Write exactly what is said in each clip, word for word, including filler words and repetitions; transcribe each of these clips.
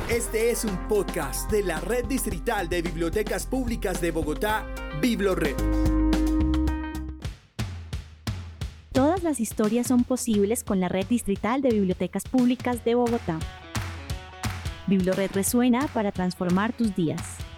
Este es un podcast de la Red Distrital de Bibliotecas Públicas de Bogotá, BibloRed. Todas las historias son posibles con la Red Distrital de Bibliotecas Públicas de Bogotá. BibloRed resuena para transformar tus días.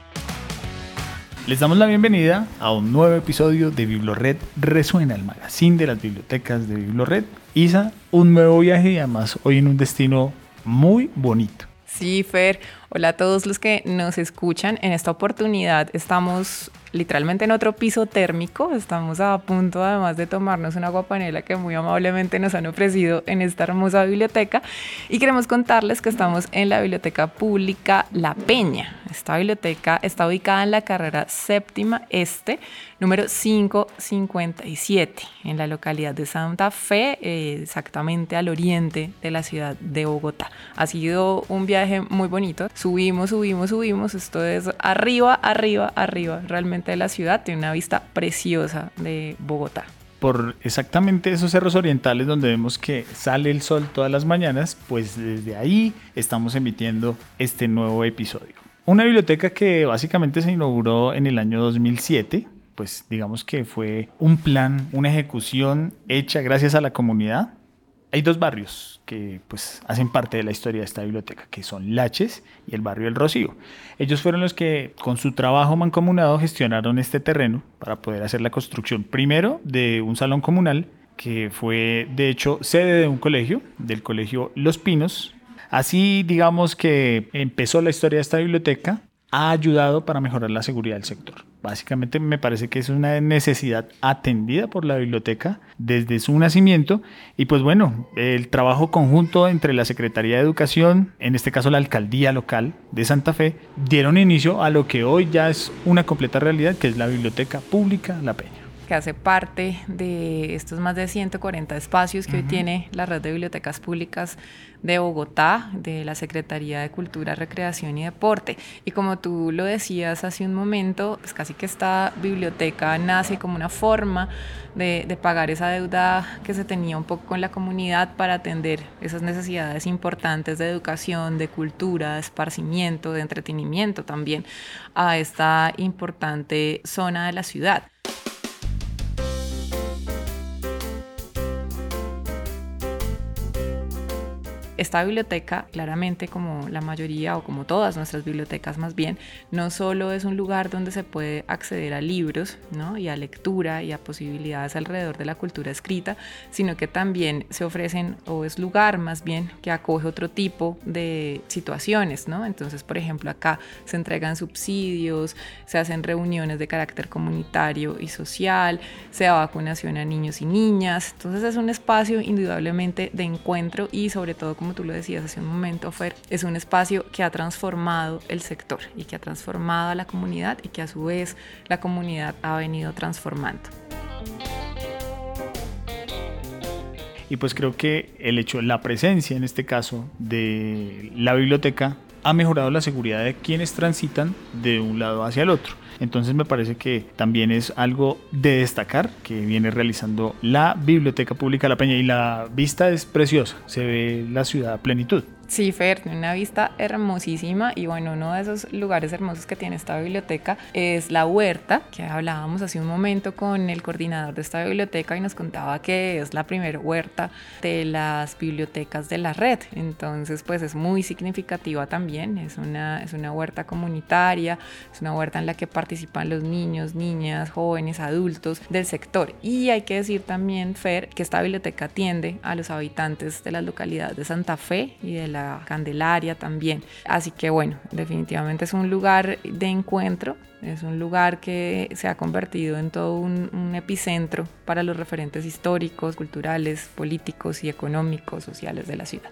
Les damos la bienvenida a un nuevo episodio de BibloRed Resuena, el magazine de las bibliotecas de BibloRed. Isa, un nuevo viaje y además hoy en un destino muy bonito. Sí, Fer. Hola a todos los que nos escuchan. En esta oportunidad estamos literalmente en otro piso térmico. Estamos a punto además de tomarnos una aguapanela que muy amablemente nos han ofrecido en esta hermosa biblioteca. Y queremos contarles que estamos en la Biblioteca Pública La Peña. Esta biblioteca está ubicada en la carrera séptima este, número quinientos cincuenta y siete, en la localidad de Santa Fe, eh, exactamente al oriente de la ciudad de Bogotá. Ha sido un viaje muy bonito. Subimos, subimos, subimos. Esto es arriba, arriba, arriba realmente de la ciudad. Tiene una vista preciosa de Bogotá. Por exactamente esos cerros orientales donde vemos que sale el sol todas las mañanas, pues desde ahí estamos emitiendo este nuevo episodio. Una biblioteca que básicamente se inauguró en el año dos mil siete, pues digamos que fue un plan, una ejecución hecha gracias a la comunidad. Hay dos barrios que pues hacen parte de la historia de esta biblioteca, que son Laches y el barrio El Rocío. Ellos fueron los que con su trabajo mancomunado gestionaron este terreno para poder hacer la construcción primero de un salón comunal que fue de hecho sede de un colegio, del colegio Los Pinos. Así digamos que empezó la historia de esta biblioteca, ha ayudado para mejorar la seguridad del sector. Básicamente me parece que es una necesidad atendida por la biblioteca desde su nacimiento y pues bueno, el trabajo conjunto entre la Secretaría de Educación, en este caso la Alcaldía Local de Santa Fe, dieron inicio a lo que hoy ya es una completa realidad, que es la Biblioteca Pública La Peña, que hace parte de estos más de ciento cuarenta espacios que uh-huh. hoy tiene la Red de Bibliotecas Públicas de Bogotá, de la Secretaría de Cultura, Recreación y Deporte. Y como tú lo decías hace un momento, pues casi que esta biblioteca nace como una forma de, de pagar esa deuda que se tenía un poco con la comunidad para atender esas necesidades importantes de educación, de cultura, de esparcimiento, de entretenimiento también a esta importante zona de la ciudad. Esta biblioteca, claramente como la mayoría o como todas nuestras bibliotecas más bien, no solo es un lugar donde se puede acceder a libros, ¿no? y a lectura y a posibilidades alrededor de la cultura escrita, sino que también se ofrecen, o es lugar más bien, que acoge otro tipo de situaciones, ¿no? Entonces, por ejemplo, acá se entregan subsidios, se hacen reuniones de carácter comunitario y social, se da vacunación a niños y niñas. Entonces es un espacio indudablemente de encuentro y sobre todo, como tú lo decías hace un momento, Fer, es un espacio que ha transformado el sector y que ha transformado a la comunidad y que a su vez la comunidad ha venido transformando. Y pues creo que el hecho, la presencia en este caso de la biblioteca ha mejorado la seguridad de quienes transitan de un lado hacia el otro. Entonces me parece que también es algo de destacar que viene realizando la Biblioteca Pública La Peña, y la vista es preciosa, se ve la ciudad a plenitud. Sí, Fer, una vista hermosísima y bueno, uno de esos lugares hermosos que tiene esta biblioteca es la huerta, que hablábamos hace un momento con el coordinador de esta biblioteca y nos contaba que es la primera huerta de las bibliotecas de la red. Entonces pues es muy significativa también, es una, es una huerta comunitaria, es una huerta en la que participan los niños, niñas, jóvenes, adultos del sector. Y hay que decir también, Fer, que esta biblioteca atiende a los habitantes de las localidades de Santa Fe y de la Candelaria también. Así que bueno, definitivamente es un lugar de encuentro, es un lugar que se ha convertido en todo un, un epicentro para los referentes históricos, culturales, políticos y económicos, sociales de la ciudad.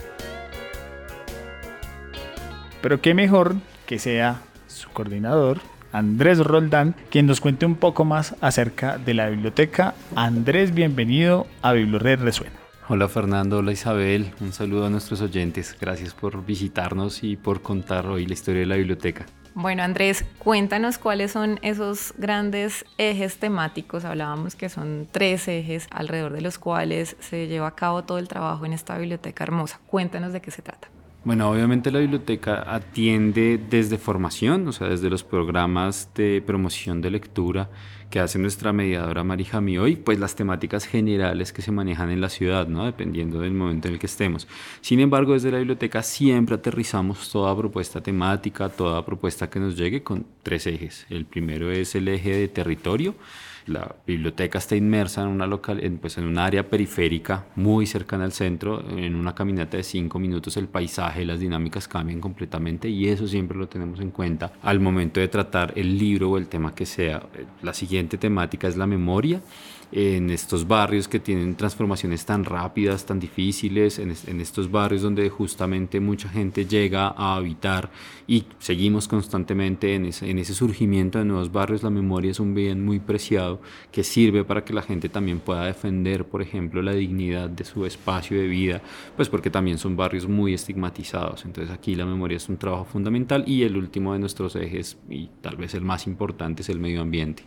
Pero qué mejor que sea su coordinador, Andrés Roldán, quien nos cuente un poco más acerca de la biblioteca. Andrés, bienvenido a BibloRed Resuena. Hola Fernando, hola Isabel, un saludo a nuestros oyentes, gracias por visitarnos y por contar hoy la historia de la biblioteca. Bueno, Andrés, cuéntanos cuáles son esos grandes ejes temáticos. Hablábamos que son tres ejes alrededor de los cuales se lleva a cabo todo el trabajo en esta biblioteca hermosa. Cuéntanos de qué se trata. Bueno, obviamente la biblioteca atiende desde formación, o sea, desde los programas de promoción de lectura que hace nuestra mediadora Mari Jamioy, pues las temáticas generales que se manejan en la ciudad, ¿no? Dependiendo del momento en el que estemos. Sin embargo, desde la biblioteca siempre aterrizamos toda propuesta temática, toda propuesta que nos llegue con tres ejes. El primero es el eje de territorio. La biblioteca está inmersa en una local, en, pues en un área periférica muy cercana al centro. En una caminata de cinco minutos el paisaje, las dinámicas cambian completamente y eso siempre lo tenemos en cuenta al momento de tratar el libro o el tema que sea. La siguiente temática es la memoria. En estos barrios que tienen transformaciones tan rápidas, tan difíciles, en, en estos barrios donde justamente mucha gente llega a habitar y seguimos constantemente en ese, en ese surgimiento de nuevos barrios, la memoria es un bien muy preciado que sirve para que la gente también pueda defender, por ejemplo, la dignidad de su espacio de vida, pues porque también son barrios muy estigmatizados. Entonces aquí la memoria es un trabajo fundamental y el último de nuestros ejes, y tal vez el más importante, es el medio ambiente.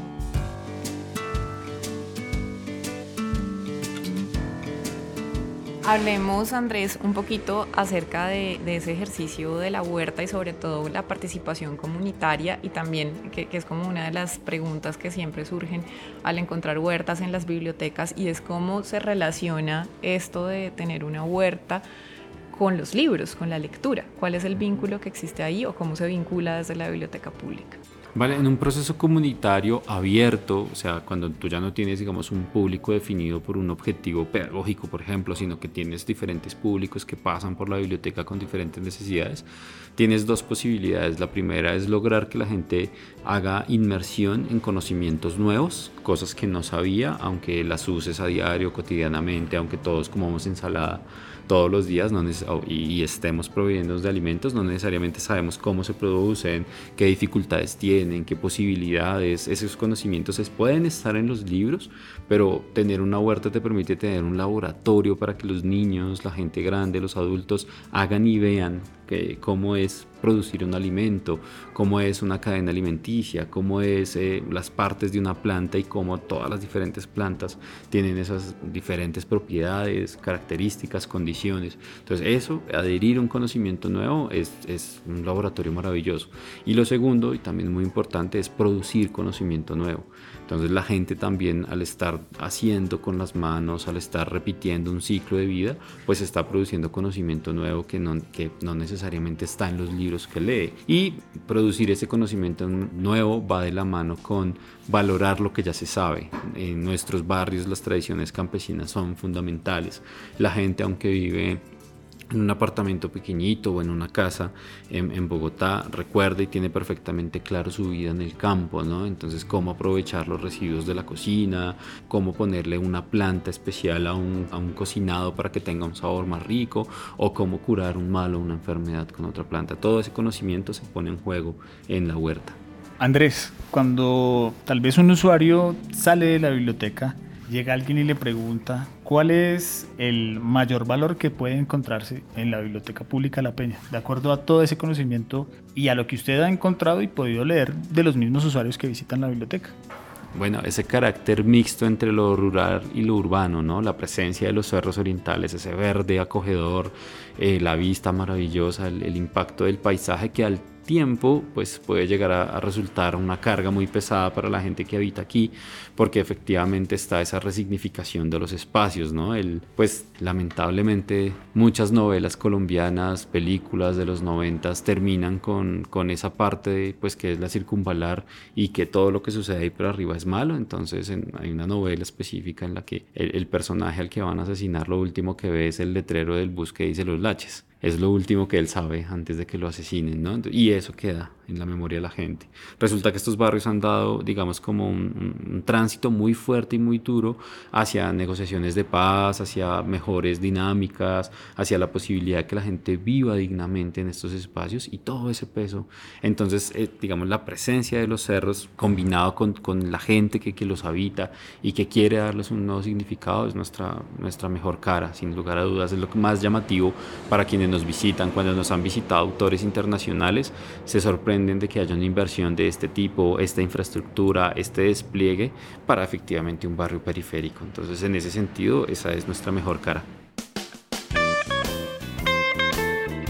Hablemos, Andrés, un poquito acerca de, de ese ejercicio de la huerta y sobre todo la participación comunitaria y también, que, que es como una de las preguntas que siempre surgen al encontrar huertas en las bibliotecas, y es cómo se relaciona esto de tener una huerta con los libros, con la lectura. ¿Cuál es el vínculo que existe ahí o cómo se vincula desde la biblioteca pública? Vale, en un proceso comunitario abierto, o sea, cuando tú ya no tienes, digamos, un público definido por un objetivo pedagógico, por ejemplo, sino que tienes diferentes públicos que pasan por la biblioteca con diferentes necesidades, tienes dos posibilidades. La primera es lograr que la gente haga inmersión en conocimientos nuevos, cosas que no sabía, aunque las uses a diario, cotidianamente, aunque todos comamos ensalada todos los días no neces- y estemos proveyendo de alimentos, no necesariamente sabemos cómo se producen, qué dificultades tienen, qué posibilidades. Esos conocimientos es, pueden estar en los libros, pero tener una huerta te permite tener un laboratorio para que los niños, la gente grande, los adultos hagan y vean que, cómo es producir un alimento, cómo es una cadena alimenticia, cómo es eh, las partes de una planta y cómo todas las diferentes plantas tienen esas diferentes propiedades, características, condiciones. Entonces eso, adherir a un conocimiento nuevo es, es un laboratorio maravilloso. Y lo segundo, y también muy importante, es producir conocimiento nuevo. Entonces la gente también, al estar haciendo con las manos, al estar repitiendo un ciclo de vida, pues está produciendo conocimiento nuevo que no, que no necesariamente está en los libros que lee. Y producir ese conocimiento nuevo va de la mano con valorar lo que ya se sabe. En nuestros barrios las tradiciones campesinas son fundamentales. La gente, aunque vive en un apartamento pequeñito o en una casa en, en Bogotá, recuerda y tiene perfectamente claro su vida en el campo, ¿no? Entonces, cómo aprovechar los residuos de la cocina, cómo ponerle una planta especial a un, a un cocinado para que tenga un sabor más rico, o cómo curar un mal o una enfermedad con otra planta. Todo ese conocimiento se pone en juego en la huerta. Andrés, cuando tal vez un usuario sale de la biblioteca, llega alguien y le pregunta cuál es el mayor valor que puede encontrarse en la Biblioteca Pública La Peña, de acuerdo a todo ese conocimiento y a lo que usted ha encontrado y podido leer de los mismos usuarios que visitan la biblioteca. Bueno, ese carácter mixto entre lo rural y lo urbano, ¿no? La presencia de los cerros orientales, ese verde acogedor, eh, la vista maravillosa, el, el impacto del paisaje que al tiempo pues puede llegar a, a resultar una carga muy pesada para la gente que habita aquí, porque efectivamente está esa resignificación de los espacios, ¿no? El, pues lamentablemente muchas novelas colombianas, películas de los noventas terminan con, con esa parte de, pues que es la circunvalar y que todo lo que sucede ahí por arriba es malo. Entonces en, hay una novela específica en la que el, el personaje al que van a asesinar lo último que ve es el letrero del bus que dice Los Laches. Es lo último que él sabe antes de que lo asesinen, ¿no? Y eso queda en la memoria de la gente. Resulta que estos barrios han dado, digamos, como un, un tránsito muy fuerte y muy duro hacia negociaciones de paz, hacia mejores dinámicas, hacia la posibilidad de que la gente viva dignamente en estos espacios y todo ese peso. Entonces, eh, digamos, la presencia de los cerros combinado con, con la gente que, que los habita y que quiere darles un nuevo significado es nuestra, nuestra mejor cara, sin lugar a dudas. Es lo más llamativo para quienes nos visitan. Cuando nos han visitado autores internacionales, se sorprenden de que haya una inversión de este tipo, esta infraestructura, este despliegue para efectivamente un barrio periférico. Entonces, en ese sentido, esa es nuestra mejor cara.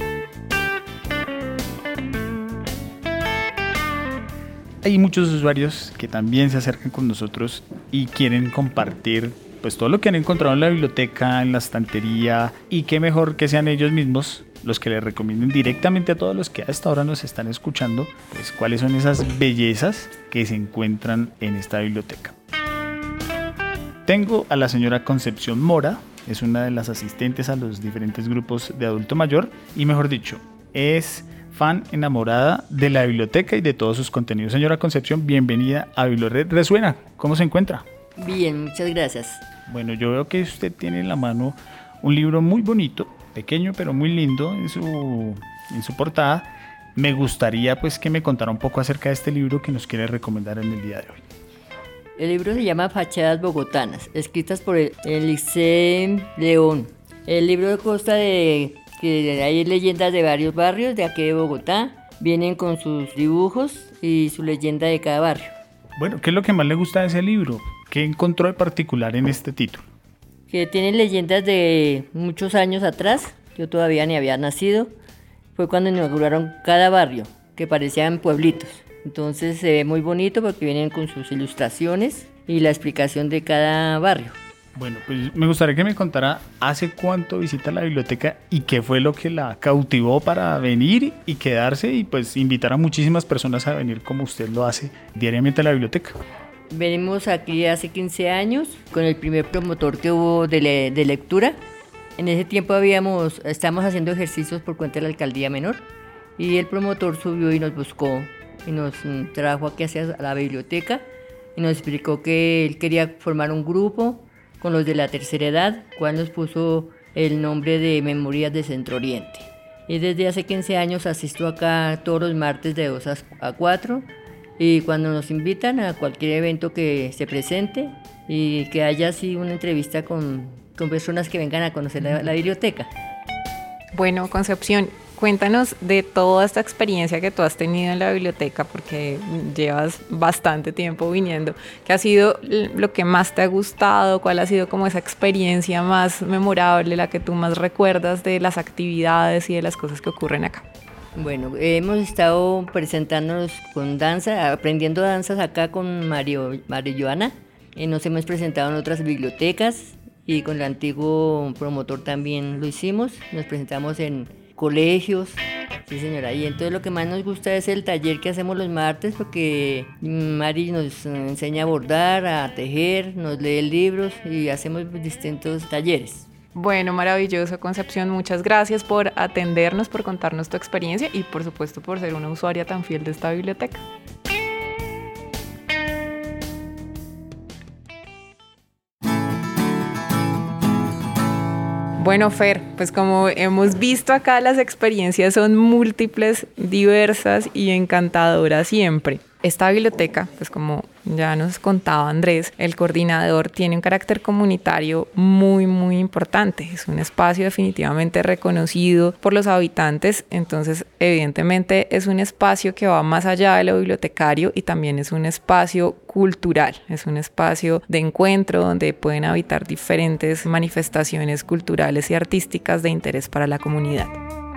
hay muchos usuarios que también se acercan con nosotros y quieren compartir pues todo lo que han encontrado en la biblioteca, en la estantería, y qué mejor que sean ellos mismos los que les recomienden directamente a todos los que a esta hora nos están escuchando, pues cuáles son esas bellezas que se encuentran en esta biblioteca. Tengo a la señora Concepción Mora, es una de las asistentes a los diferentes grupos de adulto mayor y, mejor dicho, es fan enamorada de la biblioteca y de todos sus contenidos. Señora Concepción, bienvenida a Biblored Resuena. ¿Cómo se encuentra? Bien, muchas gracias. Bueno, yo veo que usted tiene en la mano un libro muy bonito, pequeño pero muy lindo en su, en su portada. Me gustaría pues que me contara un poco acerca de este libro que nos quiere recomendar en el día de hoy. El libro se llama Fachadas Bogotanas, escritas por el Eliseo León. El libro consta de que hay leyendas de varios barrios de aquí de Bogotá. Vienen con sus dibujos y su leyenda de cada barrio. Bueno, ¿qué es lo que más le gusta de ese libro? ¿Qué encontró de particular en este título? Que tiene leyendas de muchos años atrás. Yo todavía ni había nacido. Fue cuando inauguraron cada barrio, que parecían pueblitos. Entonces se ve muy bonito porque vienen con sus ilustraciones y la explicación de cada barrio. Bueno, pues me gustaría que me contara hace cuánto visita la biblioteca y qué fue lo que la cautivó para venir y quedarse y pues invitar a muchísimas personas a venir como usted lo hace diariamente a la biblioteca. Venimos aquí hace quince años con el primer promotor que hubo de, le- de lectura. En ese tiempo habíamos, estamos haciendo ejercicios por cuenta de la alcaldía menor y el promotor subió y nos buscó y nos mm, trajo aquí hacia la biblioteca y nos explicó que él quería formar un grupo con los de la tercera edad, cual nos puso el nombre de Memorias de Centro Oriente. Y desde hace quince años asisto acá todos los martes de dos a cuatro y cuando nos invitan a cualquier evento que se presente y que haya así una entrevista con, con personas que vengan a conocer la, la biblioteca. Bueno, Concepción, cuéntanos de toda esta experiencia que tú has tenido en la biblioteca, porque llevas bastante tiempo viniendo. ¿Qué ha sido lo que más te ha gustado? ¿Cuál ha sido como esa experiencia más memorable, la que tú más recuerdas de las actividades y de las cosas que ocurren acá? Bueno, hemos estado presentándonos con danza, aprendiendo danzas acá con Mario, Mario Joana. Eh, nos hemos presentado en otras bibliotecas y con el antiguo promotor también lo hicimos. Nos presentamos en colegios, sí señora, y entonces lo que más nos gusta es el taller que hacemos los martes porque Mari nos enseña a bordar, a tejer, nos lee libros y hacemos distintos talleres. Bueno, maravilloso, Concepción, muchas gracias por atendernos, por contarnos tu experiencia y por supuesto por ser una usuaria tan fiel de esta biblioteca. Bueno, Fer, pues como hemos visto acá, las experiencias son múltiples, diversas y encantadoras siempre. Esta biblioteca, pues como ya nos contaba Andrés, el coordinador tiene un carácter comunitario muy, muy importante. Es un espacio definitivamente reconocido por los habitantes, entonces evidentemente es un espacio que va más allá de lo bibliotecario y también es un espacio cultural, es un espacio de encuentro donde pueden habitar diferentes manifestaciones culturales y artísticas de interés para la comunidad.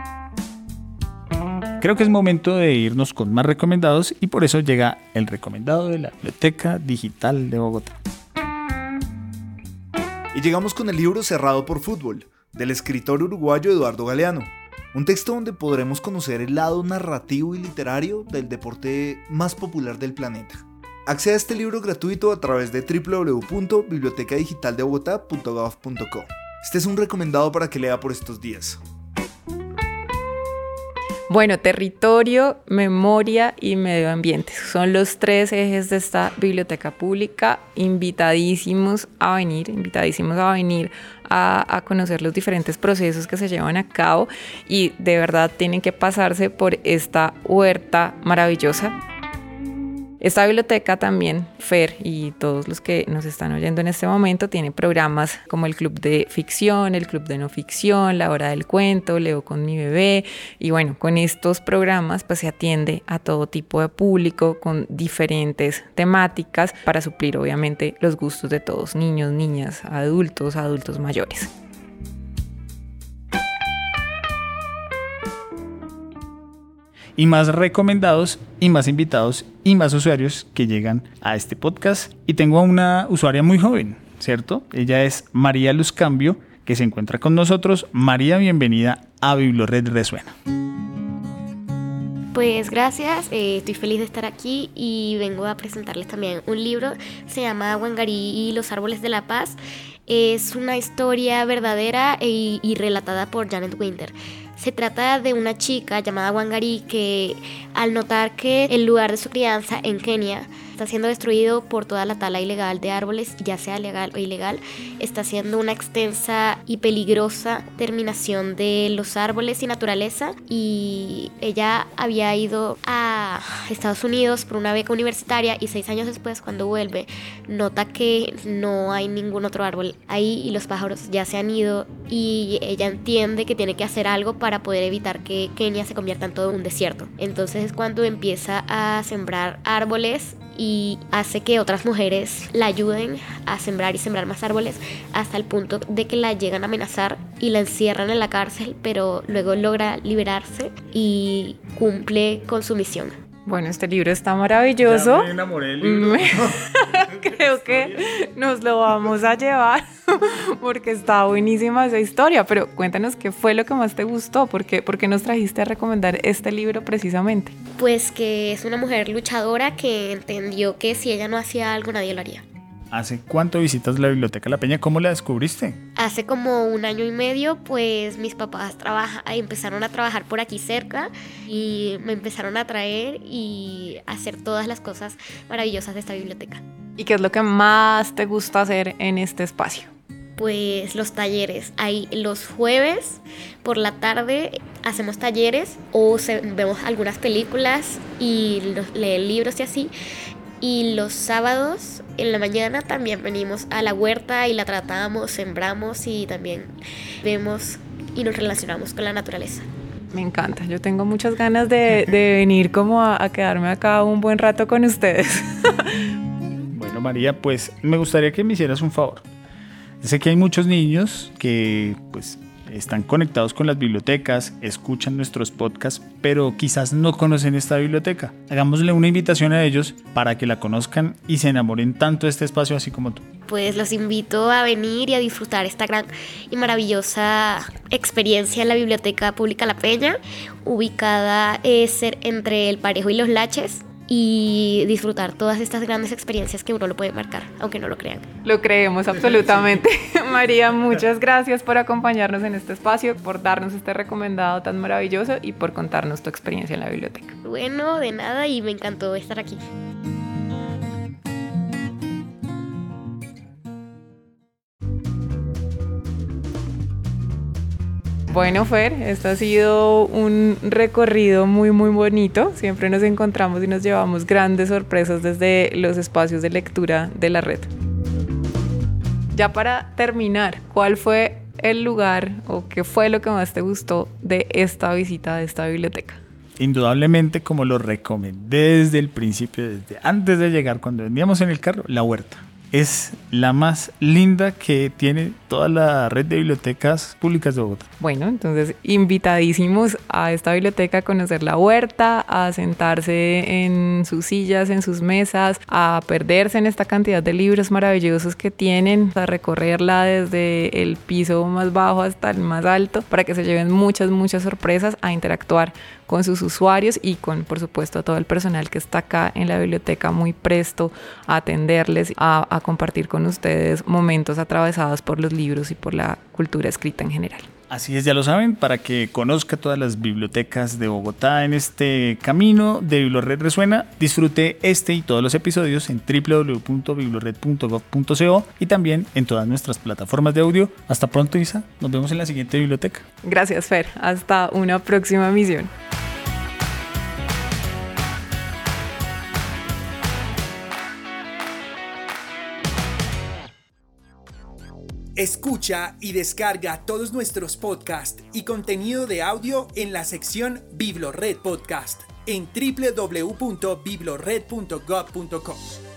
Creo que es momento de irnos con más recomendados y por eso llega el recomendado de la Biblioteca Digital de Bogotá. Y llegamos con el libro Cerrado por Fútbol, del escritor uruguayo Eduardo Galeano. Un texto donde podremos conocer el lado narrativo y literario del deporte más popular del planeta. Acceda a este libro gratuito a través de doble u doble u doble u punto biblioteca digital de bogotá punto gov punto co. Este es un recomendado para que lea por estos días. Bueno, territorio, memoria y medio ambiente son los tres ejes de esta biblioteca pública. Invitadísimos a venir, invitadísimos a venir a, a conocer los diferentes procesos que se llevan a cabo y de verdad tienen que pasarse por esta huerta maravillosa. Esta biblioteca también, Fer y todos los que nos están oyendo en este momento, tiene programas como el Club de Ficción, el Club de No Ficción, La Hora del Cuento, Leo con mi bebé. Y bueno, con estos programas pues se atiende a todo tipo de público con diferentes temáticas para suplir obviamente los gustos de todos, niños, niñas, adultos, adultos mayores. y más recomendados y más invitados y más usuarios que llegan a este podcast. Y tengo a una usuaria muy joven, ¿cierto? Ella es María Luz Cambio, que se encuentra con nosotros. María, bienvenida a Biblored Resuena. Pues gracias, eh, estoy feliz de estar aquí y vengo a presentarles también un libro, se llama Wangari y los árboles de la paz. Es una historia verdadera y, y relatada por Janet Winter. Se trata de una chica llamada Wangari que, al notar que el lugar de su crianza en Kenia está siendo destruido por toda la tala ilegal de árboles, ya sea legal o ilegal, está haciendo una extensa y peligrosa terminación de los árboles y naturaleza, y ella había ido a Estados Unidos por una beca universitaria y seis años después, cuando vuelve, nota que no hay ningún otro árbol ahí y los pájaros ya se han ido, y ella entiende que tiene que hacer algo para poder evitar que Kenia se convierta en todo un desierto. Entonces es cuando empieza a sembrar árboles y hace que otras mujeres la ayuden a sembrar y sembrar más árboles, hasta el punto de que la llegan a amenazar y la encierran en la cárcel, pero luego logra liberarse y cumple con su misión. Bueno, este libro está maravilloso. Ya me enamoré del libro. Creo que nos lo vamos a llevar porque está buenísima esa historia. Pero cuéntanos qué fue lo que más te gustó, ¿por qué, por qué nos trajiste a recomendar este libro precisamente? Pues que es una mujer luchadora que entendió que si ella no hacía algo, nadie lo haría. ¿Hace cuánto visitas la Biblioteca La Peña? ¿Cómo la descubriste? Hace como un año y medio, pues mis papás trabaja, empezaron a trabajar por aquí cerca y me empezaron a traer y a hacer todas las cosas maravillosas de esta biblioteca. ¿Y qué es lo que más te gusta hacer en este espacio? Pues los talleres. Ahí los jueves por la tarde hacemos talleres o se, vemos algunas películas y los, leer libros y así. Y los sábados en la mañana también venimos a la huerta y la tratamos, sembramos y también vemos y nos relacionamos con la naturaleza. Me encanta, yo tengo muchas ganas de, de venir como a, a quedarme acá un buen rato con ustedes. Bueno, María, pues me gustaría que me hicieras un favor. Sé que hay muchos niños que pues están conectados con las bibliotecas, escuchan nuestros podcasts, pero quizás no conocen esta biblioteca. Hagámosle una invitación a ellos para que la conozcan y se enamoren tanto de este espacio así como tú. Pues los invito a venir y a disfrutar esta gran y maravillosa experiencia en la Biblioteca Pública La Peña, ubicada eh, entre El Parejo y Los Laches, y disfrutar todas estas grandes experiencias que uno lo puede marcar, aunque no lo crean. Lo creemos absolutamente. María, muchas gracias por acompañarnos en este espacio, por darnos este recomendado tan maravilloso y por contarnos tu experiencia en la biblioteca. Bueno, de nada, y me encantó estar aquí. Bueno, Fer, este ha sido un recorrido muy muy bonito. Siempre nos encontramos y nos llevamos grandes sorpresas desde los espacios de lectura de la red. Ya para terminar, ¿cuál fue el lugar o qué fue lo que más te gustó de esta visita de esta biblioteca? Indudablemente, como lo recomendé desde el principio, desde antes de llegar, cuando veníamos en el carro, la huerta. Es la más linda que tiene toda la red de bibliotecas públicas de Bogotá. Bueno, entonces invitadísimos a esta biblioteca a conocer la huerta, a sentarse en sus sillas, en sus mesas, a perderse en esta cantidad de libros maravillosos que tienen, a recorrerla desde el piso más bajo hasta el más alto, para que se lleven muchas, muchas sorpresas, a interactuar con sus usuarios y con, por supuesto, todo el personal que está acá en la biblioteca muy presto a atenderles, a, a compartir con ustedes momentos atravesados por los libros y por la cultura escrita en general. Así es, ya lo saben, para que conozca todas las bibliotecas de Bogotá en este camino de Biblored Resuena, disfrute este y todos los episodios en w w w punto biblored punto gov punto co y también en todas nuestras plataformas de audio. Hasta pronto, Isa. Nos vemos en la siguiente biblioteca. Gracias, Fer. Hasta una próxima emisión. Escucha y descarga todos nuestros podcasts y contenido de audio en la sección Biblored Podcast en w w w punto biblored punto gov punto co.